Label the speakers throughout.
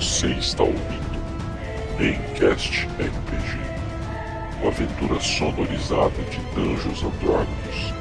Speaker 1: Você está ouvindo Maincast RPG, uma aventura sonorizada de Dungeons and Dragons.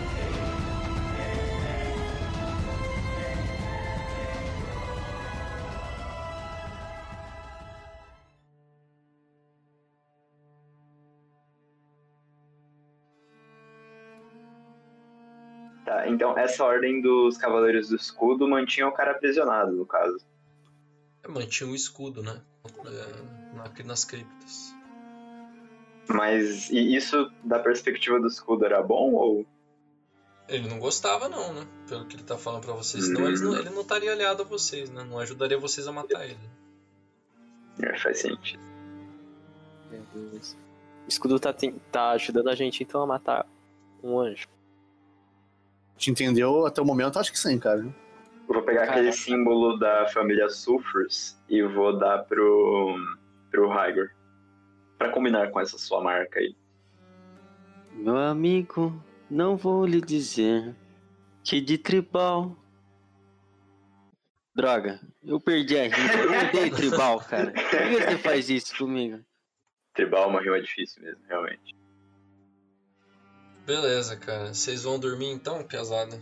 Speaker 2: Tá, então essa ordem dos Cavaleiros do Escudo mantinha o cara aprisionado, no caso.
Speaker 3: Mantinha um escudo, né? Nas criptas.
Speaker 2: Mas e isso, da perspectiva do escudo, era bom ou...
Speaker 3: Ele não gostava não, né? Pelo que ele tá falando pra vocês. Senão ele não estaria aliado a vocês, né? Não ajudaria vocês a matar ele.
Speaker 2: Faz sentido.
Speaker 4: Meu Deus. O escudo tá ajudando a gente então a matar um anjo.
Speaker 5: Te entendeu até o momento? Acho que sim, cara.
Speaker 2: Eu vou pegar aquele símbolo da família Sulfurs e vou dar pro Hygor. Pra combinar com essa sua marca aí.
Speaker 6: Meu amigo, não vou lhe dizer que de tribal... Droga, eu perdi a rima. Eu odeio tribal, cara. Por que você faz isso comigo?
Speaker 2: Tribal é uma rima difícil mesmo, realmente.
Speaker 3: Beleza, cara. Vocês vão dormir então, pesada?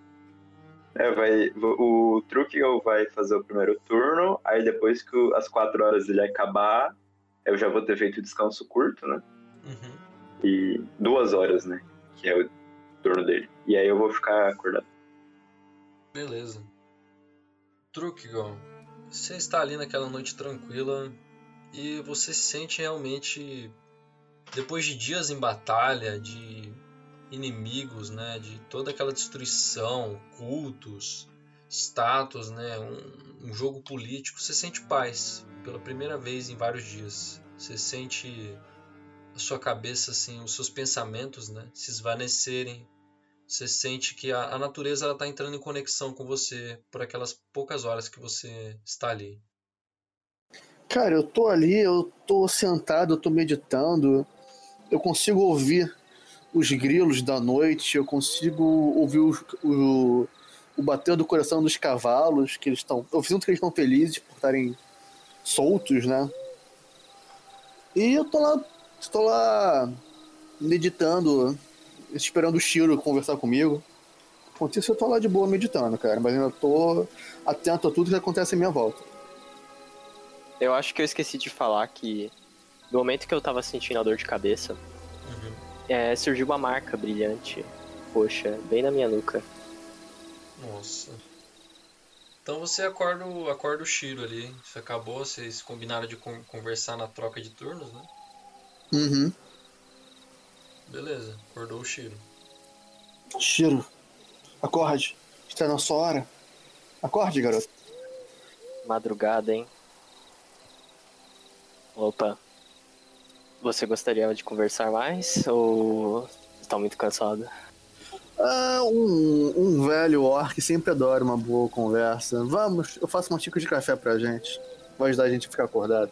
Speaker 2: O Trukiel vai fazer o primeiro turno, aí depois que as 4 horas dele acabar, eu já vou ter feito descanso curto, né?
Speaker 3: Uhum.
Speaker 2: E 2 horas, né? Que é o turno dele. E aí eu vou ficar acordado.
Speaker 3: Beleza. Trukiel, você está ali naquela noite tranquila e você se sente realmente, depois de dias em batalha, de inimigos, né, de toda aquela destruição, cultos, status, né, um jogo político, você sente paz pela primeira vez em vários dias. Você sente a sua cabeça, assim, os seus pensamentos, né, se esvanecerem. Você sente que a natureza está entrando em conexão com você por aquelas poucas horas que você está ali.
Speaker 5: Cara, eu tô ali, eu tô sentado, eu tô meditando, eu consigo ouvir os grilos da noite, eu consigo ouvir o bater do coração dos cavalos, que eles estão. Eu sinto que eles estão felizes por estarem soltos, né? E eu tô lá meditando, esperando o Shiro conversar comigo. Enquanto isso, eu tô lá de boa meditando, cara, mas ainda tô atento a tudo que acontece à minha volta.
Speaker 4: Eu acho que eu esqueci de falar que no momento que eu tava sentindo a dor de cabeça, surgiu uma marca brilhante, roxa, bem na minha nuca.
Speaker 3: Nossa. Então você acorda o Shiro ali. Isso acabou, vocês combinaram de conversar na troca de turnos, né?
Speaker 5: Uhum.
Speaker 3: Beleza, acordou o Shiro.
Speaker 5: Shiro, acorde. Está na sua hora. Acorde, garoto.
Speaker 4: Madrugada, hein? Opa. Você gostaria de conversar mais ou está muito cansado?
Speaker 5: Um velho orc sempre adora uma boa conversa. Vamos, eu faço uma xícara de café pra gente. Vai ajudar a gente a ficar acordado.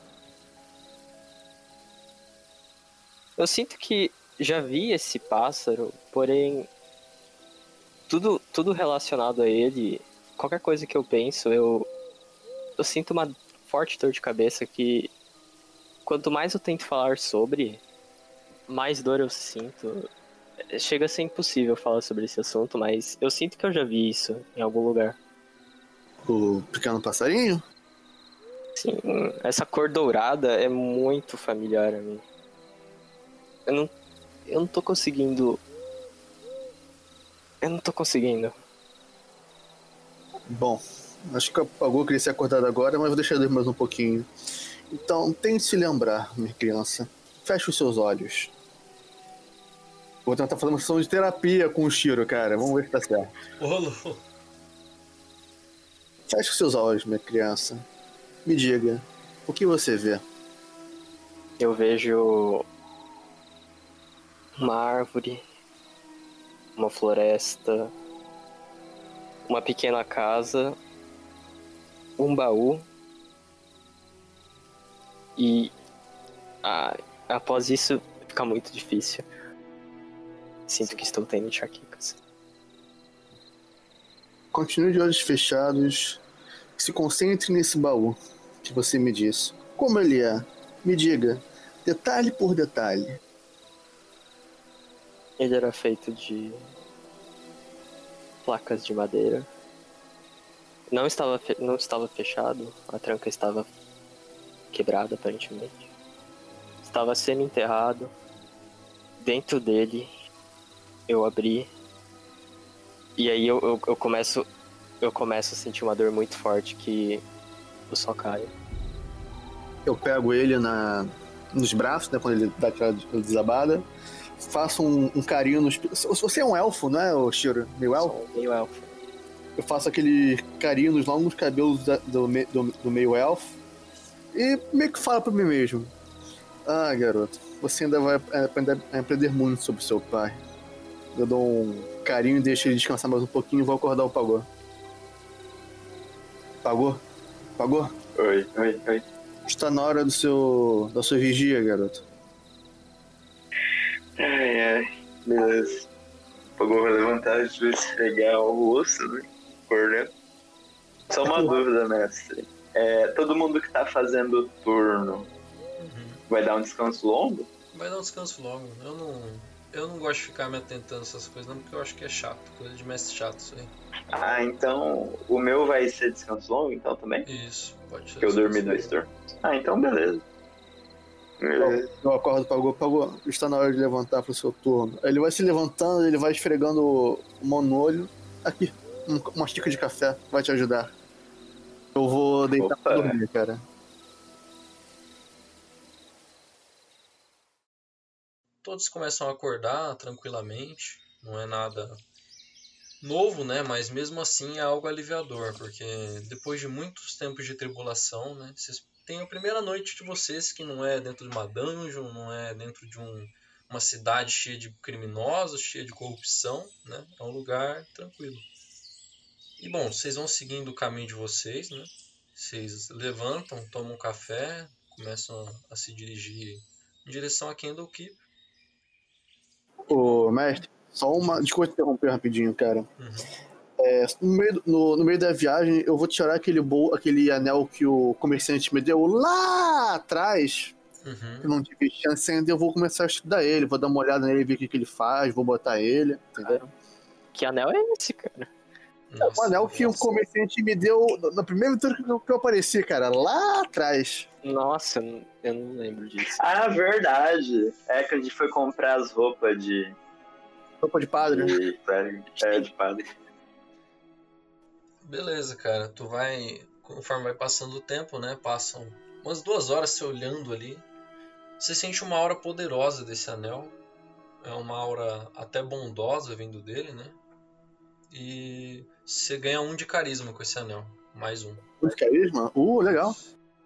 Speaker 4: Eu sinto que já vi esse pássaro, porém tudo relacionado a ele, qualquer coisa que eu penso, eu sinto uma forte dor de cabeça que quanto mais eu tento falar sobre, mais dor eu sinto. Chega a ser impossível falar sobre esse assunto, mas eu sinto que eu já vi isso em algum lugar.
Speaker 5: O pequeno passarinho?
Speaker 4: Sim, essa cor dourada é muito familiar a mim. Eu não tô conseguindo. Eu não tô conseguindo.
Speaker 5: Bom, acho que apagou, queria ser acordado agora, mas vou deixar ele mais um pouquinho. Então, tente se lembrar, minha criança. Feche os seus olhos. Vou tentar fazer uma sessão de terapia com o Shiro, cara. Vamos ver se tá certo.
Speaker 3: Rolou.
Speaker 5: Feche os seus olhos, minha criança. Me diga, o que você vê?
Speaker 4: Eu vejo uma árvore, uma floresta, uma pequena casa, um baú e após isso fica muito difícil. Sinto que estou tendo enxaquecas.
Speaker 5: Continue de olhos fechados. se concentre nesse baú que você me disse. Como ele é? Me diga, detalhe por detalhe.
Speaker 4: Ele era feito de placas de madeira. Não estava fechado, a tranca estava quebrada aparentemente. Estava semi-enterrado. Dentro dele, eu abri. E aí eu começo a sentir uma dor muito forte que eu só caio.
Speaker 5: Eu pego ele nos braços, né, quando ele dá aquela desabada. Faço um carinho nos... Você é um elfo, não é, Shiro? Meio elfo?
Speaker 4: Sou meio elfo.
Speaker 5: Eu faço aquele carinho nos longos cabelos do meio elfo. E meio que falo pra mim mesmo. Ah, garoto, você ainda vai aprender muito sobre seu pai. Eu dou um carinho e deixo ele descansar mais um pouquinho e vou acordar o Pagô. Pagô? Pagô?
Speaker 2: Oi.
Speaker 5: Está na hora da sua vigia, garoto.
Speaker 2: Ai. Beleza. Pagou, vai levantar e esfregar o osso, né? Acordando. Só uma dúvida, mestre. Todo mundo que tá fazendo o turno vai dar um descanso longo?
Speaker 3: Vai dar um descanso longo. Eu não gosto de ficar me atentando a essas coisas, não, porque eu acho que é chato. Coisa de mestre chato, isso aí.
Speaker 2: Ah, então o meu vai ser descanso longo, então também?
Speaker 3: Isso, pode ser.
Speaker 2: Que eu dormi 2 turnos. Ah, então beleza.
Speaker 5: Eu acordo o Pagô. Está na hora de levantar pro seu turno. Ele vai se levantando, ele vai esfregando o mão no olho. Aqui, uma xícara de café, vai te ajudar. Eu vou deitar pra dormir, cara.
Speaker 3: Todos começam a acordar tranquilamente. Não é nada novo, né? Mas mesmo assim é algo aliviador, porque depois de muitos tempos de tribulação, né? Vocês têm a primeira noite de vocês que não é dentro de uma dungeon, não é dentro de uma cidade cheia de criminosos, cheia de corrupção, né? É um lugar tranquilo. E bom, vocês vão seguindo o caminho de vocês, né? Vocês levantam, tomam um café, começam a se dirigir em direção a Candlekeep.
Speaker 5: Ô, mestre, só uma... Desculpa te interromper rapidinho, cara. No meio da viagem, eu vou tirar aquele anel que o comerciante me deu lá atrás. Eu não tive chance ainda, eu vou começar a estudar ele, vou dar uma olhada nele, ver o que ele faz, vou botar ele, entendeu?
Speaker 4: Que anel é esse, cara?
Speaker 3: Nossa,
Speaker 5: o anel que o comerciante me deu na primeira aventura que eu apareci, cara, lá atrás.
Speaker 4: Nossa, eu não lembro disso.
Speaker 2: Ah, verdade. É que a gente foi comprar as roupas de
Speaker 5: padre.
Speaker 2: De padre.
Speaker 3: Beleza, cara. Tu vai, conforme vai passando o tempo, né? Passam umas 2 horas se olhando ali. Você sente uma aura poderosa desse anel. É uma aura até bondosa vindo dele, né? E você ganha 1 de carisma com esse anel. Mais 1.
Speaker 5: De carisma? Legal.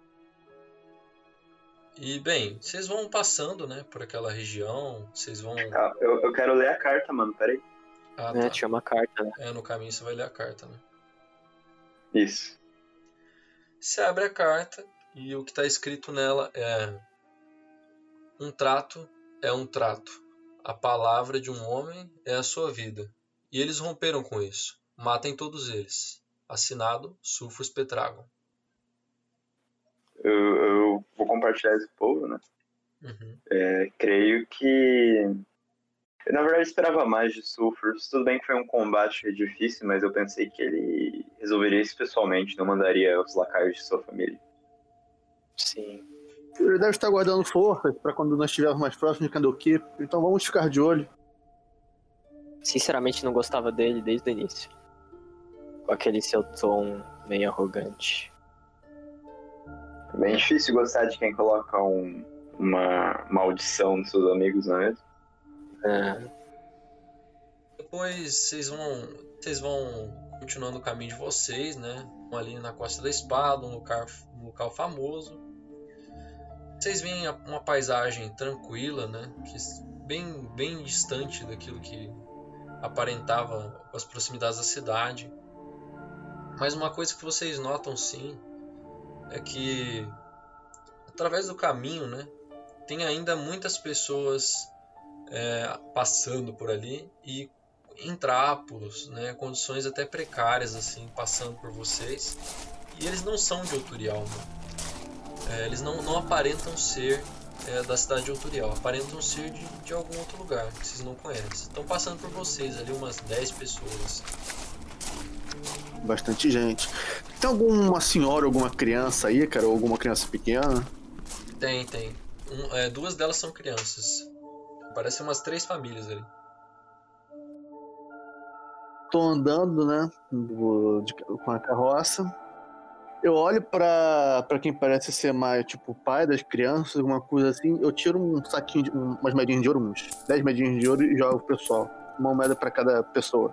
Speaker 3: E, bem, vocês vão passando, né? Por aquela região. Vocês vão...
Speaker 2: Eu quero ler a carta, mano. Peraí.
Speaker 3: Ah, tá.
Speaker 4: Tinha uma carta, né?
Speaker 3: No caminho você vai ler a carta, né?
Speaker 2: Isso.
Speaker 3: Você abre a carta e o que está escrito nela é: um trato é um trato. A palavra de um homem é a sua vida. E eles romperam com isso. Matem todos eles. Assinado Sulfurs Petragon.
Speaker 2: Eu vou compartilhar esse povo, né? Creio que... Eu, na verdade, esperava mais de Sulfurs. Tudo bem que foi um combate difícil, mas eu pensei que ele resolveria isso pessoalmente, não mandaria os lacaios de sua família.
Speaker 4: Sim.
Speaker 5: Ele deve estar guardando forças pra quando nós estivermos mais próximos de Candlekeep, então vamos ficar de olho.
Speaker 4: Sinceramente, não gostava dele desde o início. Com aquele seu tom meio arrogante.
Speaker 2: É bem difícil gostar de quem coloca uma maldição nos seus amigos, não é mesmo?
Speaker 3: Depois vocês vão continuando o caminho de vocês, né? Ali na Costa da Espada, um local famoso. Vocês veem uma paisagem tranquila, né? Bem distante daquilo que aparentava as proximidades da cidade. Mas uma coisa que vocês notam sim é que através do caminho, né, tem ainda muitas pessoas passando por ali e em trapos, né, condições até precárias assim, passando por vocês. E eles não são de Outurial, né? Eles não aparentam ser da cidade de Outurial, aparentam ser de algum outro lugar que vocês não conhecem. Estão passando por vocês ali umas 10 pessoas.
Speaker 5: Bastante gente. Tem alguma senhora, alguma criança aí, cara? Ou alguma criança pequena?
Speaker 3: Tem. Duas delas são crianças. Parecem umas 3 famílias ali.
Speaker 5: Tô andando, né? Com a carroça. Eu olho pra quem parece ser mais, tipo, o pai das crianças, alguma coisa assim. Eu tiro um saquinho, umas moedinhas de ouro, uns 10 moedinhas de ouro e jogo pro pessoal. Uma moeda pra cada pessoa.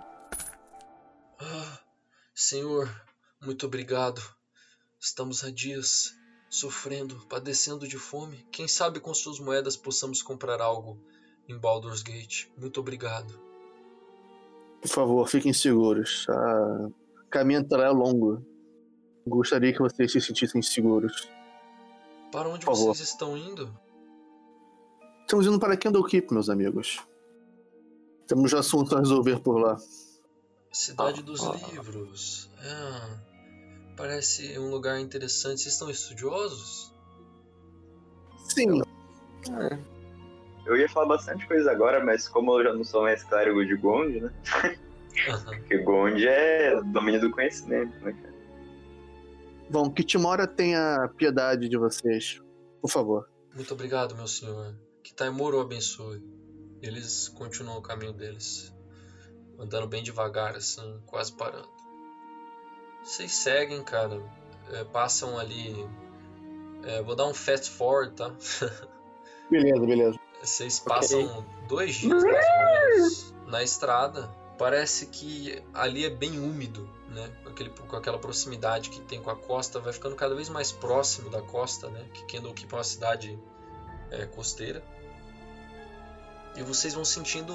Speaker 3: Senhor, muito obrigado. Estamos há dias sofrendo, padecendo de fome. Quem sabe com suas moedas possamos comprar algo em Baldur's Gate. Muito obrigado.
Speaker 5: Por favor, fiquem seguros. O caminho é longo. Gostaria que vocês se sentissem seguros.
Speaker 3: Para onde vocês estão indo?
Speaker 5: Estamos indo para Candlekeep, meus amigos. Temos assuntos a resolver por lá.
Speaker 3: Cidade dos Livros. Parece um lugar interessante. Vocês estão estudiosos?
Speaker 5: Sim.
Speaker 2: Eu ia falar bastante coisa agora, mas como eu já não sou mais clérigo de Gond, né? Porque Gond é domínio do conhecimento, né, cara?
Speaker 5: Bom, que Timora tenha piedade de vocês, por favor.
Speaker 3: Muito obrigado, meu senhor. Que Taimoro o abençoe. Eles continuam o caminho deles, andando bem devagar, assim, quase parando. Vocês seguem, cara. Passam ali. Vou dar um fast forward, tá?
Speaker 5: Beleza.
Speaker 3: Vocês passam 2 dias, mais ou menos, na estrada. Parece que ali é bem úmido, né? Com aquela proximidade que tem com a costa, vai ficando cada vez mais próximo da costa, né? Que Candlekeep é uma cidade costeira. E vocês vão sentindo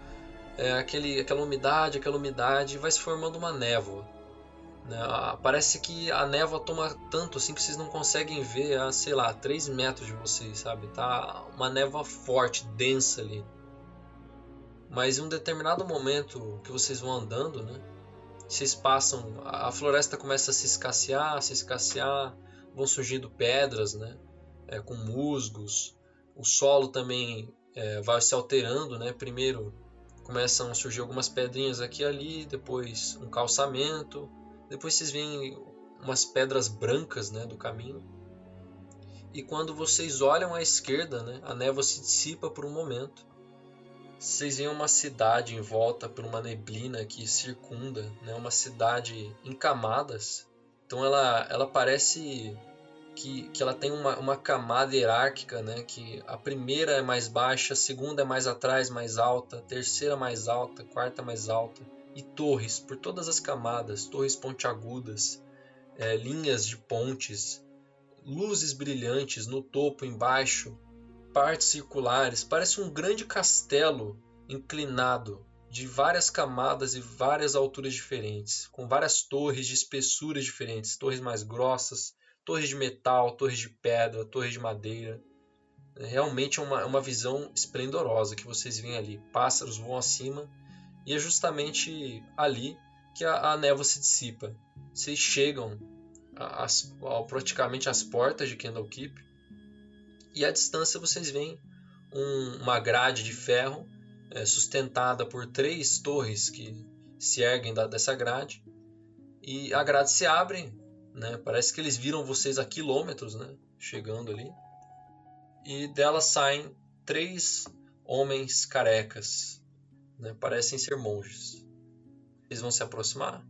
Speaker 3: aquela umidade, vai se formando uma névoa, né? Parece que a névoa toma tanto assim que vocês não conseguem ver a, sei lá, 3 metros de vocês, sabe? Tá uma névoa forte, densa ali. Mas em um determinado momento que vocês vão andando, né? Vocês passam, a floresta começa a se escassear, vão surgindo pedras, né? Com musgos. O solo também vai se alterando, né? Primeiro começam a surgir algumas pedrinhas aqui e ali, depois um calçamento, depois vocês veem umas pedras brancas, né, do caminho. E quando vocês olham à esquerda, né, a névoa se dissipa por um momento. Vocês veem uma cidade em volta por uma neblina que circunda, né, uma cidade em camadas. Então ela parece que ela tem uma camada hierárquica, né, que a primeira é mais baixa, a segunda é mais atrás, mais alta, a terceira mais alta, a quarta mais alta. E torres por todas as camadas, torres pontiagudas, linhas de pontes, luzes brilhantes no topo, embaixo, partes circulares. Parece um grande castelo inclinado de várias camadas e várias alturas diferentes, com várias torres de espessuras diferentes, torres mais grossas, torres de metal, torres de pedra, torres de madeira. Realmente é uma visão esplendorosa que vocês veem ali. Pássaros voam acima e é justamente ali que a névoa se dissipa. Vocês chegam praticamente às portas de Candlekeep e à distância vocês veem uma grade de ferro sustentada por 3 torres que se erguem dessa grade, e a grade se abre, né? Parece que eles viram vocês a quilômetros, né? Chegando ali, e dela saem 3 homens carecas, né? Parecem ser monges. Eles vão se aproximar.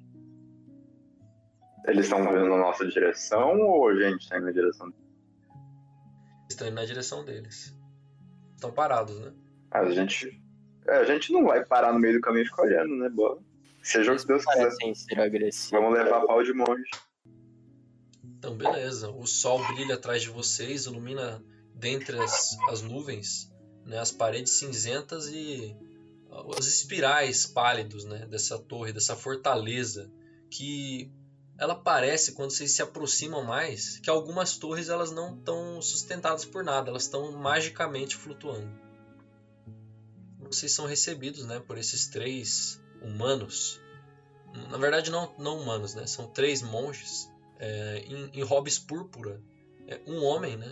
Speaker 2: Eles estão vindo na nossa direção ou a gente está indo na direção deles?
Speaker 3: Estão indo na direção deles. Estão parados, né?
Speaker 2: A gente não vai parar no meio do caminho e ficar olhando, né? Boa. Seja o que Deus quiser.
Speaker 4: Ser agressivo.
Speaker 2: Vamos levar pau de monge.
Speaker 3: Então, beleza. O sol brilha atrás de vocês, ilumina dentre as nuvens, né, as paredes cinzentas e os espirais pálidos, né, dessa torre, dessa fortaleza, que ela parece, quando vocês se aproximam mais, que algumas torres elas não estão sustentadas por nada, elas estão magicamente flutuando. Vocês são recebidos, né, por esses 3 humanos. Na verdade, não humanos, né, são 3 monges. em robes púrpura, um homem, né?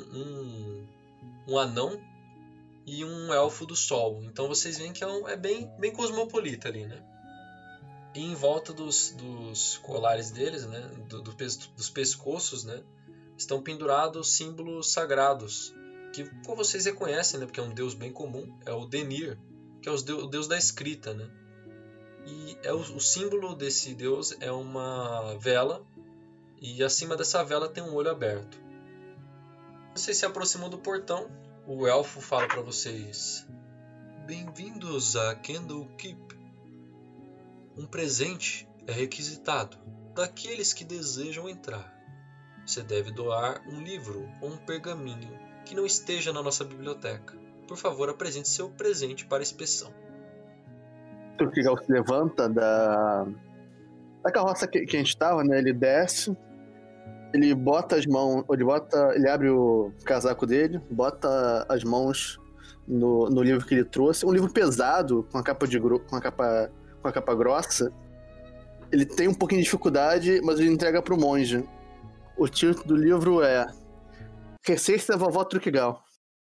Speaker 3: Um anão e um elfo do sol. Então vocês veem que é bem cosmopolita ali, né? E em volta dos colares deles, né? Dos pescoços, né? Estão pendurados símbolos sagrados, que vocês reconhecem, né? Porque é um deus bem comum, é o Denir, que é o deus da escrita, né? E o símbolo desse deus é uma vela, e acima dessa vela tem um olho aberto. Vocês se aproximam do portão, o elfo fala para vocês: bem-vindos a Candlekeep. Um presente é requisitado daqueles que desejam entrar. Você deve doar um livro ou um pergaminho que não esteja na nossa biblioteca. Por favor, apresente seu presente para inspeção.
Speaker 5: O Truquigal se levanta da carroça que a gente estava, né? Ele desce, ele bota as mãos, ele abre o casaco dele, bota as mãos no livro que ele trouxe, um livro pesado, com a capa grossa. Ele tem um pouquinho de dificuldade, mas ele entrega pro monge. O título do livro é Receita da Vovó Truquigal.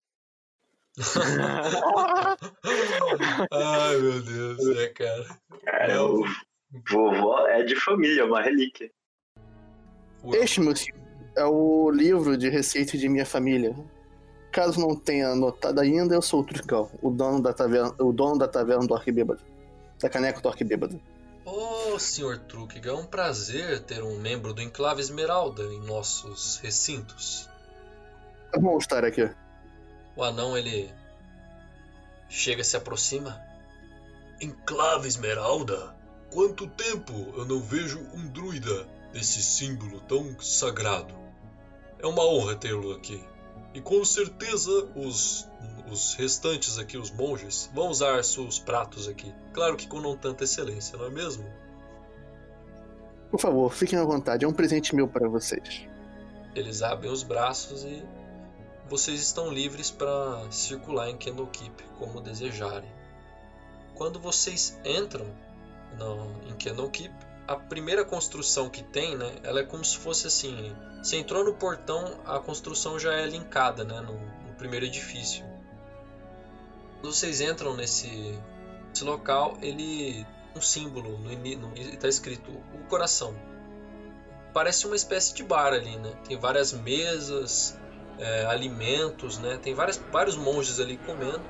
Speaker 3: Ai, meu Deus, cara.
Speaker 2: O vovó é de família, uma relíquia.
Speaker 5: Este, meu filho, é o livro de receitas de minha família. Caso não tenha anotado ainda, eu sou o Truquigal, o dono da taverna do Arquibêbado. Da caneca do Arquibêbado.
Speaker 3: Sr. Truquigal, é um prazer ter um membro do Enclave Esmeralda em nossos recintos.
Speaker 5: É bom estar aqui.
Speaker 3: O anão, ele chega, se aproxima. Enclave Esmeralda? Quanto tempo eu não vejo um druida desse símbolo tão sagrado. É uma honra tê-lo aqui. E com certeza os restantes aqui, os monges, vão usar seus pratos aqui. Claro que com não tanta excelência, não é mesmo?
Speaker 5: Por favor, fiquem à vontade. É um presente meu para vocês.
Speaker 3: Eles abrem os braços e vocês estão livres para circular em Candlekeep como desejarem. Quando vocês entram em Candlekeep, a primeira construção que tem, né, ela é como se fosse assim, você entrou no portão, a construção já é linkada, né, no primeiro edifício. Quando vocês entram nesse local, ele um símbolo, está escrito o coração. Parece uma espécie de bar ali, né, tem várias mesas, alimentos, né, tem vários monges ali comendo,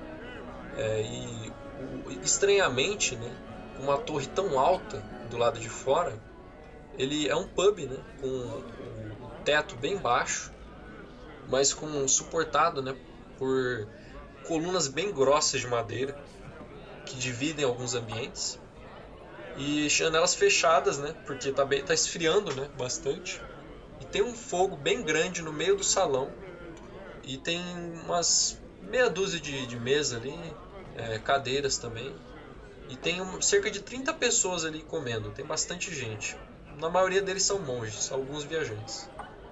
Speaker 3: estranhamente, né, com uma torre tão alta do lado de fora, ele é um pub, né, com o teto bem baixo, mas suportado, né, por colunas bem grossas de madeira que dividem alguns ambientes e janelas fechadas, né, porque tá esfriando, né, bastante, e tem um fogo bem grande no meio do salão e tem umas meia dúzia de mesas ali, cadeiras também. E tem cerca de 30 pessoas ali comendo, tem bastante gente. Na maioria deles são monges, alguns viajantes.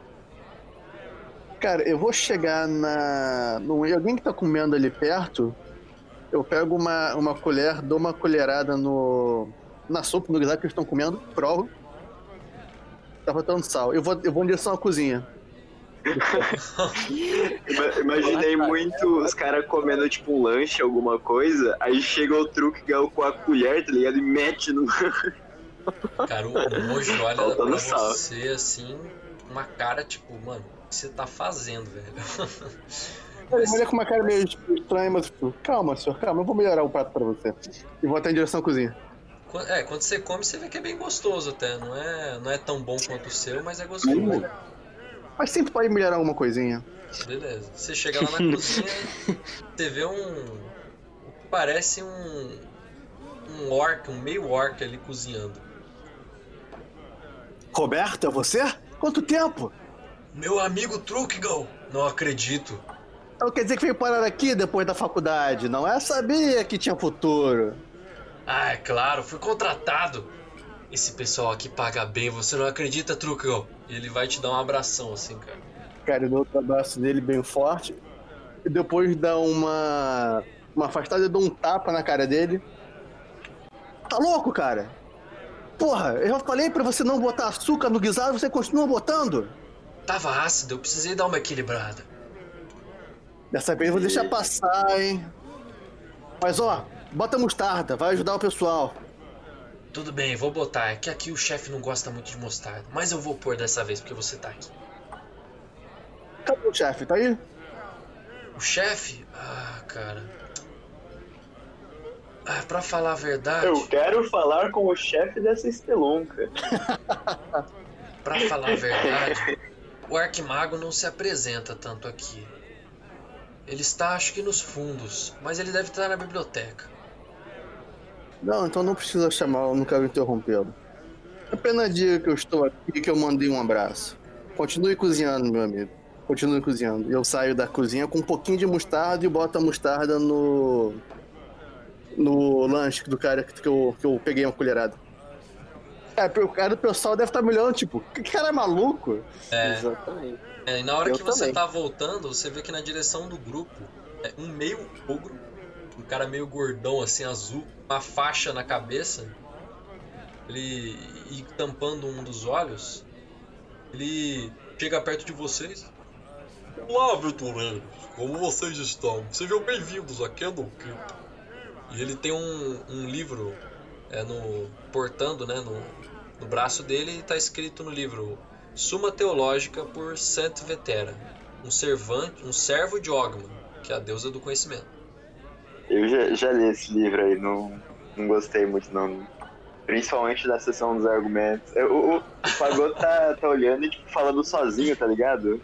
Speaker 5: Cara, eu vou chegar alguém que tá comendo ali perto, eu pego uma colher, dou uma colherada na sopa, no guisado que eles estão comendo, provo. Tá faltando sal. Eu vou em direção à cozinha.
Speaker 2: Imaginei muito os caras comendo tipo um lanche, alguma coisa, aí chega o Truquigal com a colher, tá ligado? E mete no...
Speaker 3: Cara, o monge olha pra você assim, uma cara tipo, mano, o que você tá fazendo, velho?
Speaker 5: Ele olha com uma cara meio estranha, mas tipo, calma, senhor, calma, eu vou melhorar o prato pra você. E vou até em direção à cozinha.
Speaker 3: Quando você come, você vê que é bem gostoso até, não é tão bom quanto o seu, mas é gostoso.
Speaker 5: Mas sempre pode melhorar alguma coisinha.
Speaker 3: Beleza. Você chega lá na cozinha, você vê parece um orc, um meio orc ali cozinhando.
Speaker 5: Roberto, é você? Quanto tempo?
Speaker 3: Meu amigo Truquigal, não acredito.
Speaker 5: Então quer dizer que veio parar aqui depois da faculdade, não é? Sabia que tinha futuro.
Speaker 3: Ah, é claro, fui contratado. Esse pessoal aqui paga bem, você não acredita, Truquigal? E ele vai te dar um abração assim, cara.
Speaker 5: Cara, eu dou outro abraço dele bem forte. E depois dá uma afastada e dou um tapa na cara dele. Tá louco, cara? Porra, eu já falei pra você não botar açúcar no guisado, você continua botando?
Speaker 3: Tava ácido, eu precisei dar uma equilibrada.
Speaker 5: Dessa vez eu vou deixar passar, hein? Mas ó, bota mostarda, vai ajudar o pessoal.
Speaker 3: Tudo bem, vou botar. É que aqui o chefe não gosta muito de mostarda. Mas eu vou pôr dessa vez, porque você tá aqui.
Speaker 5: Cadê o chefe? Tá aí?
Speaker 3: O chefe? Ah, cara. Ah, pra falar a verdade...
Speaker 2: Eu quero falar com o chefe dessa espelunca.
Speaker 3: Pra falar a verdade, o Arquimago não se apresenta tanto aqui. Ele está, acho que, nos fundos, mas ele deve estar na biblioteca.
Speaker 5: Não, então não precisa chamar, eu não quero interrompê-lo. Apenas diga que eu estou aqui e que eu mandei um abraço. Continue cozinhando, meu amigo. Continue cozinhando. Eu saio da cozinha com um pouquinho de mostarda e boto a mostarda no lanche do cara que eu peguei uma colherada. O cara do pessoal deve estar me olhando, tipo, que cara é maluco?
Speaker 4: Exatamente.
Speaker 3: E na hora
Speaker 4: Eu
Speaker 3: que você
Speaker 4: também.
Speaker 3: tá voltando, você vê que na direção do grupo é um meio ogro, um cara meio gordão assim, azul, uma faixa na cabeça, ele e tampando um dos olhos, ele chega perto de vocês. Olá, aventureiros, como vocês estão? Sejam bem-vindos a Candle Keep. E ele tem um livro portando, né, no braço dele, e tá escrito no livro: Suma Teológica por Saint Vetera, um servo de Ogman, que é a deusa do conhecimento.
Speaker 2: Eu já li esse livro aí, não gostei muito não. Principalmente da sessão dos argumentos. O Pagô tá olhando e tipo, falando sozinho, tá ligado?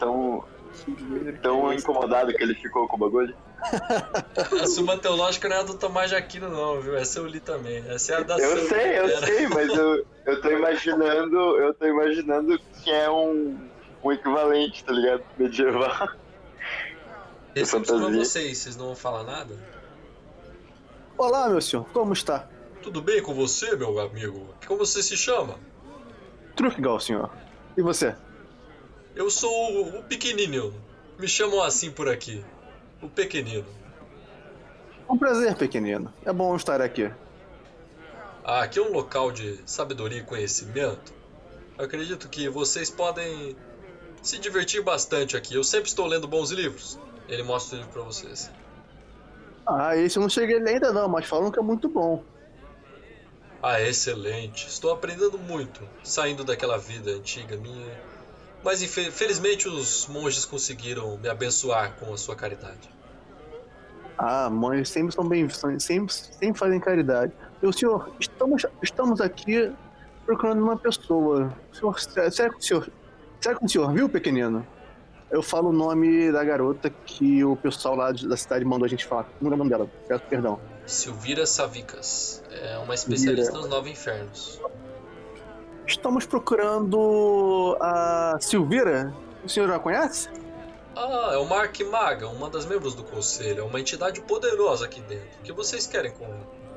Speaker 2: Tão incomodado que ele ficou com o bagulho.
Speaker 3: A Suma Teológica não é a do Tomás de Aquino não, viu? Essa eu li também. Essa é a da
Speaker 2: Eu sei, mas eu tô imaginando que é um equivalente, tá ligado? Medieval.
Speaker 3: Esse é pra vocês não vão falar nada?
Speaker 5: Olá, meu senhor, como está?
Speaker 3: Tudo bem com você, meu amigo? Como você se chama?
Speaker 5: Truckgal, senhor. E você?
Speaker 3: Eu sou o pequenino. Me chamam assim por aqui. O pequenino.
Speaker 5: Um prazer, pequenino. É bom estar aqui.
Speaker 3: Ah, aqui é um local de sabedoria e conhecimento. Acredito que vocês podem se divertir bastante aqui. Eu sempre estou lendo bons livros. Ele mostra o livro pra vocês.
Speaker 5: Ah, esse eu não cheguei ainda não, mas falam que é muito bom.
Speaker 3: Ah, excelente. Estou aprendendo muito, saindo daquela vida antiga minha. Mas infelizmente os monges conseguiram me abençoar com a sua caridade.
Speaker 5: Ah, monges sempre são bem, sempre fazem caridade. Meu senhor, estamos aqui procurando uma pessoa. Será que o senhor viu, pequenino? Eu falo o nome da garota que o pessoal lá da cidade mandou a gente falar. Não lembro o nome dela, peço perdão.
Speaker 3: Silvira Savicas. É uma especialista nos 9 infernos.
Speaker 5: Estamos procurando a Silvira. O senhor já conhece?
Speaker 3: Ah, é uma arquimaga, uma das membros do conselho. É uma entidade poderosa aqui dentro. O que vocês querem com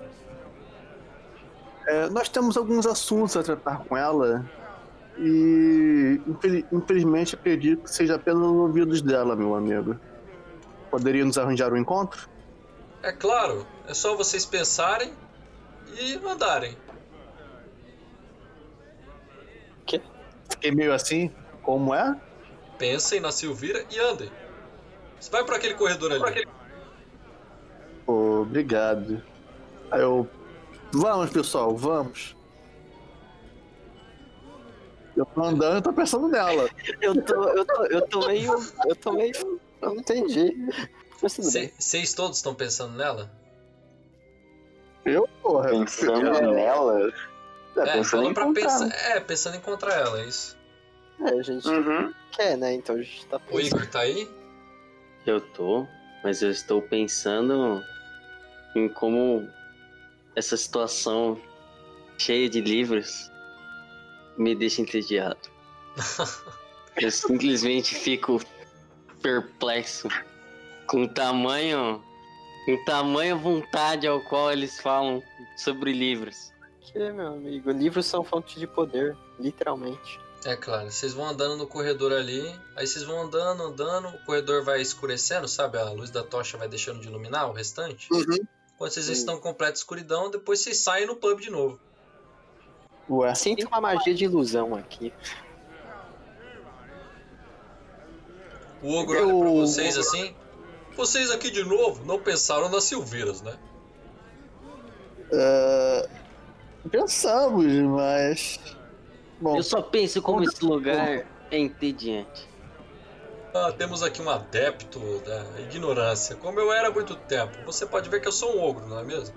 Speaker 3: ela?
Speaker 5: Nós temos alguns assuntos a tratar com ela. E infelizmente acredito que seja pelos ouvidos dela, meu amigo. Poderia nos arranjar um encontro?
Speaker 3: É claro, é só vocês pensarem e andarem.
Speaker 4: Quê?
Speaker 5: Fiquei meio assim, como é?
Speaker 3: Pensem na Silvira e andem. Você vai para aquele corredor ali.
Speaker 5: Obrigado. Vamos, pessoal, vamos. Eu tô andando e tô pensando nela.
Speaker 4: Eu tô meio. Eu não entendi. Mas tudo bem.
Speaker 3: Vocês todos estão pensando nela?
Speaker 5: Porra.
Speaker 2: Pensando nela? Pensando em encontrar.
Speaker 3: Pensando em encontrar ela, é isso.
Speaker 4: A gente quer, né? Então a gente tá pensando.
Speaker 3: O Igor tá aí?
Speaker 6: Eu tô, mas eu estou pensando em como essa situação cheia de livros me deixa entediado. Eu simplesmente fico perplexo com tamanha vontade ao qual eles falam sobre livros.
Speaker 4: Que, meu amigo? Livros são fonte de poder, literalmente.
Speaker 3: É claro, vocês vão andando no corredor ali, aí vocês vão andando, o corredor vai escurecendo, sabe? A luz da tocha vai deixando de iluminar o restante. Quando vocês estão em completa escuridão, depois vocês saem no pub de novo.
Speaker 5: Ué.
Speaker 4: Sinto uma magia de ilusão aqui.
Speaker 3: O ogro olha pra vocês assim. Vocês aqui de novo não pensaram nas Silveiras, né?
Speaker 5: Pensamos, mas... Bom,
Speaker 6: Eu só penso como esse lugar é entediante.
Speaker 3: Temos aqui um adepto da ignorância. Como eu era há muito tempo. Você pode ver que eu sou um ogro, não é mesmo?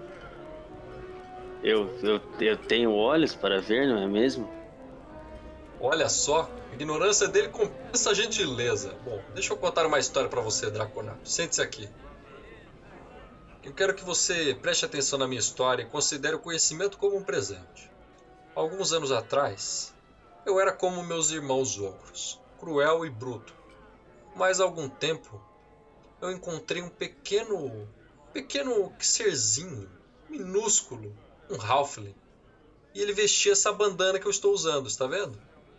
Speaker 6: Eu tenho olhos para ver, não é mesmo?
Speaker 3: Olha só, a ignorância dele compensa a gentileza. Bom, deixa eu contar uma história pra você, Draconato. Sente-se aqui. Eu quero que você preste atenção na minha história e considere o conhecimento como um presente. Alguns anos atrás, eu era como meus irmãos ogros, cruel e bruto. Mas há algum tempo, eu encontrei um pequeno serzinho, minúsculo, um halfling. E ele vestia essa bandana que eu estou usando, está vendo?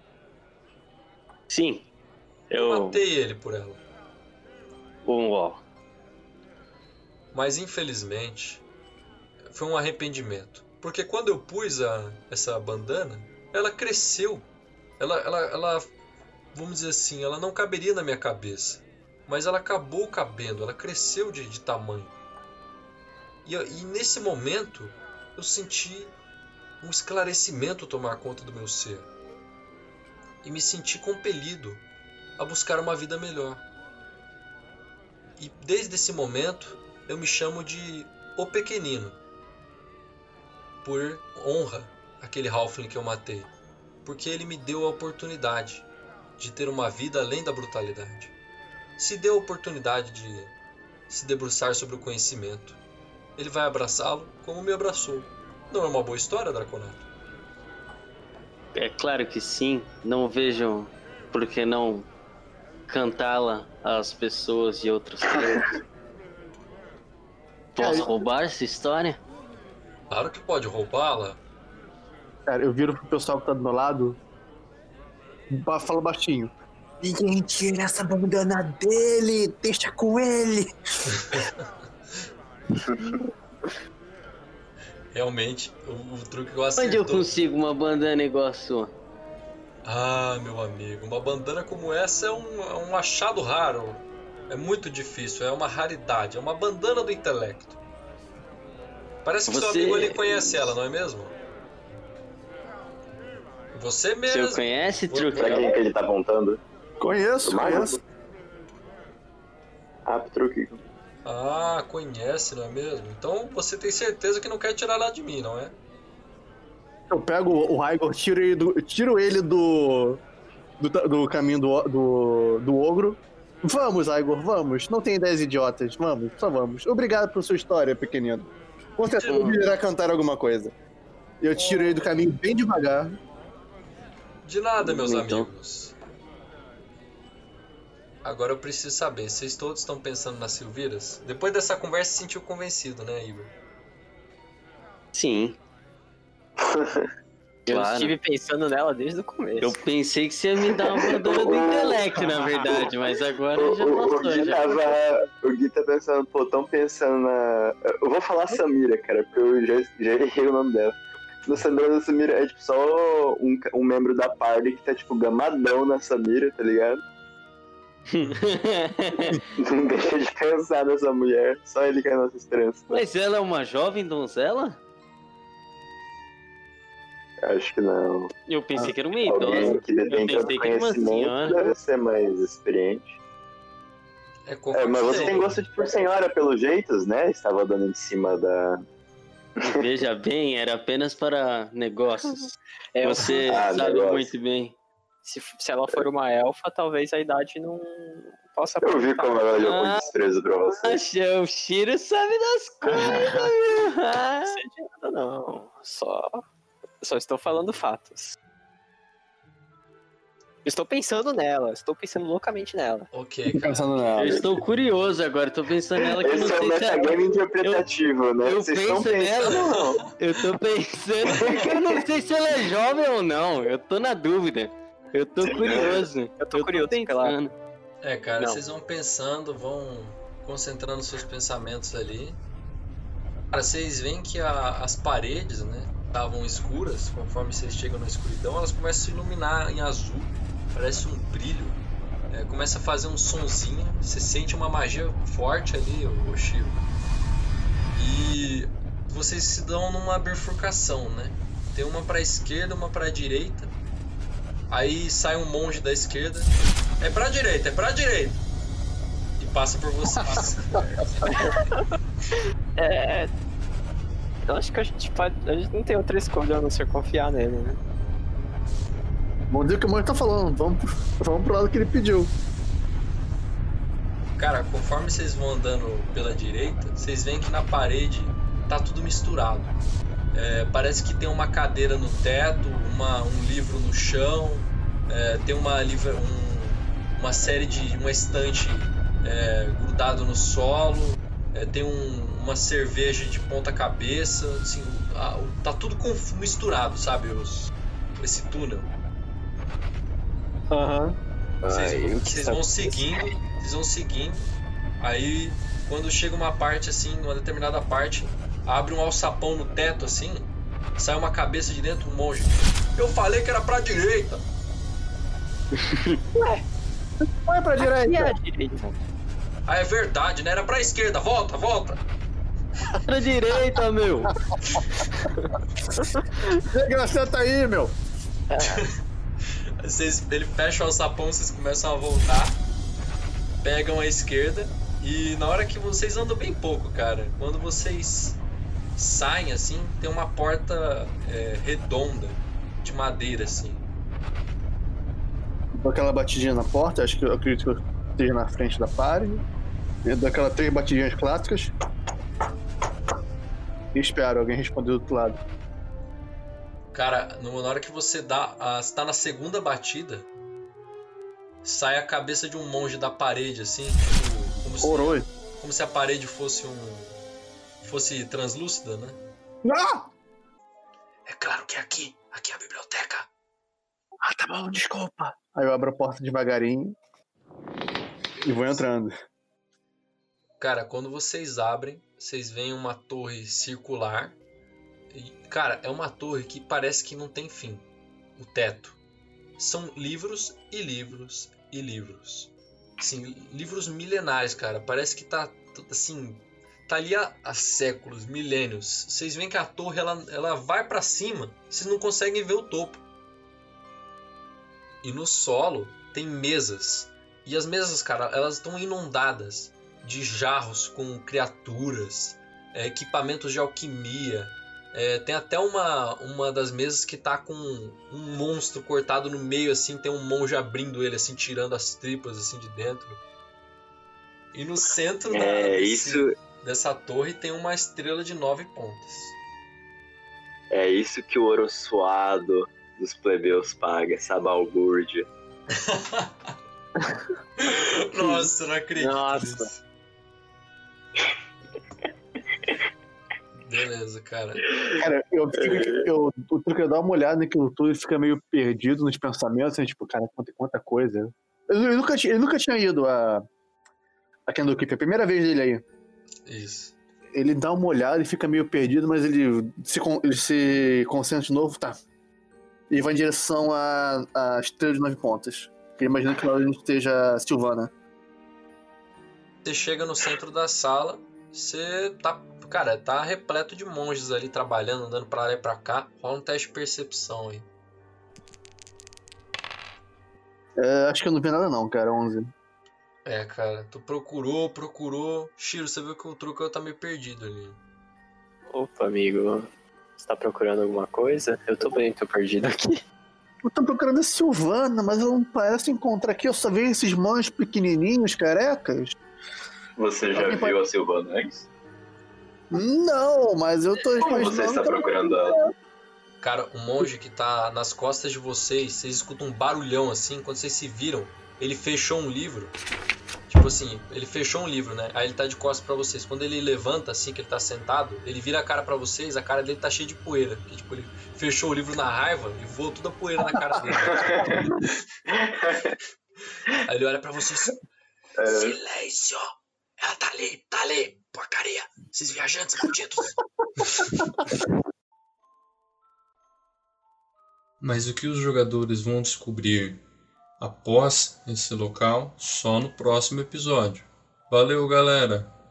Speaker 6: Sim.
Speaker 3: Eu matei ele por ela.
Speaker 6: Uau.
Speaker 3: Mas infelizmente, foi um arrependimento. Porque quando eu pus essa bandana, ela cresceu. Ela, vamos dizer assim, ela não caberia na minha cabeça. Mas ela acabou cabendo, ela cresceu de tamanho. E nesse momento, eu senti um esclarecimento tomar conta do meu ser. E me senti compelido a buscar uma vida melhor. E desde esse momento, eu me chamo de O Pequenino. Por honra àquele halfling que eu matei. Porque ele me deu a oportunidade de ter uma vida além da brutalidade. Se deu a oportunidade de se debruçar sobre o conhecimento. Ele vai abraçá-lo como me abraçou. Não é uma boa história, Draconato?
Speaker 6: É claro que sim. Não vejo por que não cantá-la às pessoas de outros povos. Posso roubar essa história?
Speaker 3: Claro que pode roubá-la.
Speaker 5: Cara, eu viro pro pessoal que tá do meu lado, falo baixinho. Ninguém tira essa bandana dele, deixa com ele.
Speaker 3: Realmente, o truque que eu acertou.
Speaker 6: Onde eu consigo uma bandana igual a sua?
Speaker 3: Ah, meu amigo, uma bandana como essa é um achado raro. É muito difícil, é uma raridade, é uma bandana do intelecto. Parece que seu amigo ali conhece ela, não é mesmo? Você mesmo.
Speaker 6: Você conhece, Truque?
Speaker 2: Pra quem que ele tá apontando?
Speaker 5: Conheço.
Speaker 2: Truque.
Speaker 3: Ah, conhece, não é mesmo? Então você tem certeza que não quer tirar ela de mim, não é?
Speaker 5: Eu pego o Raigor, tiro ele do caminho do ogro. Vamos, Raigor, vamos. Não tem ideias idiotas. Vamos, só vamos. Obrigado por sua história, pequenino. Com certeza ele irá cantar alguma coisa. Eu tiro ele do caminho bem devagar.
Speaker 3: De nada, meus amigos. Agora eu preciso saber, vocês todos estão pensando nas Silveiras? Depois dessa conversa, se sentiu convencido, né, Igor?
Speaker 6: Sim.
Speaker 4: Eu estive pensando nela desde o começo.
Speaker 6: Eu pensei que você ia me dar uma bandana do intelecto, na verdade, mas agora já passou.
Speaker 2: O Gui tá pensando, tão pensando na... Eu vou falar Samira, cara, porque eu já errei o nome dela. No Samira da Samira é tipo só um membro da party que tá tipo gamadão na Samira, tá ligado? Não deixa de pensar nessa mulher, só ele que é a nossa esperança.
Speaker 6: Mas ela é uma jovem donzela?
Speaker 2: Acho que não.
Speaker 6: Eu pensei que era uma idosa.
Speaker 2: Alguém que detém
Speaker 6: Eu pensei que era uma senhora.
Speaker 2: deve ser mais experiente. Mas você tem gosto por senhora, pelos jeitos, né? Estava dando em cima da...
Speaker 6: Veja bem, era apenas para negócios. Você sabe
Speaker 2: negócio.
Speaker 6: muito bem.
Speaker 4: Se ela for uma elfa, talvez a idade não possa...
Speaker 2: Eu vi como ela olhou com desprezo pra você.
Speaker 6: O Shiro sabe das coisas, meu.
Speaker 4: Não sei de nada, não. Só estou falando fatos. Estou pensando nela, estou pensando loucamente nela.
Speaker 3: Ok, cara.
Speaker 6: Eu estou curioso agora, estou pensando nela que eu não
Speaker 2: Esse é o
Speaker 6: sei se
Speaker 2: metagame interpretativo, né?
Speaker 6: Eu
Speaker 2: Vocês
Speaker 6: penso
Speaker 2: estão
Speaker 6: nela,
Speaker 2: pensando...
Speaker 6: eu tô pensando porque eu não sei se ela é jovem ou não, eu tô na dúvida. Eu tô curioso.
Speaker 4: Eu tô curioso,
Speaker 6: pensando.
Speaker 3: Cara, vocês vão pensando, vão concentrando seus pensamentos ali. Cara, vocês veem que as paredes, né? estavam escuras, conforme vocês chegam na escuridão, elas começam a se iluminar em azul, parece um brilho, começa a fazer um sonzinho, você sente uma magia forte ali, o Shiro. E vocês se dão numa bifurcação, né? Tem uma pra esquerda, uma pra direita. Aí sai um monge da esquerda. É pra direita, é pra direita. E passa por vocês.
Speaker 4: Eu acho que a gente não tem outra escolha a não ser confiar nele, né?
Speaker 5: Vamos dizer o que o monge tá falando. Vamos pro lado que ele pediu.
Speaker 3: Cara, conforme vocês vão andando pela direita, vocês veem que na parede tá tudo misturado. Parece que tem uma cadeira no teto, um livro no chão, tem uma série de uma estante grudado no solo, tem uma cerveja de ponta cabeça, assim, tá tudo misturado, sabe, esse túnel.
Speaker 4: Aham.
Speaker 3: Vocês vão seguindo, aí quando chega uma parte assim, uma determinada parte, abre um alçapão no teto assim, sai uma cabeça de dentro, um monge. Eu falei que era pra direita.
Speaker 5: Ué, não é pra direita.
Speaker 3: Ah, é verdade, né? Era pra esquerda, volta.
Speaker 4: Pra direita, meu.
Speaker 5: Senta aí, meu.
Speaker 3: Ele fecha o alçapão, vocês começam a voltar, pegam a esquerda, e na hora que vocês andam bem pouco, cara, quando vocês saem assim, tem uma porta redonda de madeira assim.
Speaker 5: Dou aquela batidinha na porta, eu acredito que eu esteja na frente da party. Eu dou aquelas 3 batidinhas clássicas e espero alguém responder do outro lado.
Speaker 3: Cara, na hora que você está na segunda batida, sai a cabeça de um monge da parede assim, como se a parede fosse translúcida, né?
Speaker 5: Não!
Speaker 3: É claro que é aqui é a biblioteca.
Speaker 5: Ah, tá bom, desculpa. Aí eu abro a porta devagarinho e vou entrando.
Speaker 3: Cara, quando vocês abrem, vocês veem uma torre circular. E, cara, é uma torre que parece que não tem fim. O teto. São livros e livros e livros. Assim, livros milenares, cara. Parece que tá assim, tá ali há séculos, milênios. Vocês veem que a torre ela vai pra cima, vocês não conseguem ver o topo. E no solo tem mesas. E as mesas, cara, elas estão inundadas de jarros com criaturas, equipamentos de alquimia. Tem até uma das mesas que tá com um monstro cortado no meio, assim, tem um monge abrindo ele, assim, tirando as tripas, assim, de dentro. E no centro dessa torre tem uma estrela de 9 pontas.
Speaker 6: É isso que o ouro suado dos plebeus paga, essa balbúrdia.
Speaker 3: Nossa, não acredito nisso. Beleza, cara.
Speaker 5: Cara, o truque é dar uma olhada naquilo tudo e fica meio perdido nos pensamentos, assim, tipo, cara, quanta coisa. Ele nunca tinha ido a Candle Keep, é a primeira vez dele aí.
Speaker 3: Isso.
Speaker 5: Ele dá uma olhada e fica meio perdido, mas ele se concentra de novo, tá. E vai em direção à estrela de 9 pontas. Porque imagina que lá a gente esteja Silvana.
Speaker 3: Você chega no centro da sala, você tá... Cara, tá repleto de monges ali trabalhando, andando pra lá e pra cá. Rola um teste de percepção aí.
Speaker 5: Acho que eu não vi nada não, cara, 11.
Speaker 3: Cara, tu procurou. Shiro, você viu que o truque tá meio perdido ali.
Speaker 4: Opa, amigo. Você tá procurando alguma coisa? Eu tô perdido aqui.
Speaker 5: Eu tô procurando a Silvana, mas ela não parece encontrar aqui. Eu só vejo esses monges pequenininhos, carecas.
Speaker 2: Você já viu a Silvana antes?
Speaker 5: Não, mas eu tô...
Speaker 2: Como você está procurando ela?
Speaker 3: Cara, o monge que tá nas costas de vocês escutam um barulhão assim, quando vocês se viram, ele fechou um livro. Tipo assim, ele fechou um livro, né? Aí ele tá de costas pra vocês. Quando ele levanta, assim, que ele tá sentado, ele vira a cara pra vocês, a cara dele tá cheia de poeira. Porque, tipo, ele fechou o livro na raiva e voou toda a poeira na cara dele. Aí ele olha pra vocês. Silêncio! Ela tá ali, porcaria! Esses viajantes malditos! Mas o que os jogadores vão descobrir após esse local só no próximo episódio. Valeu, galera!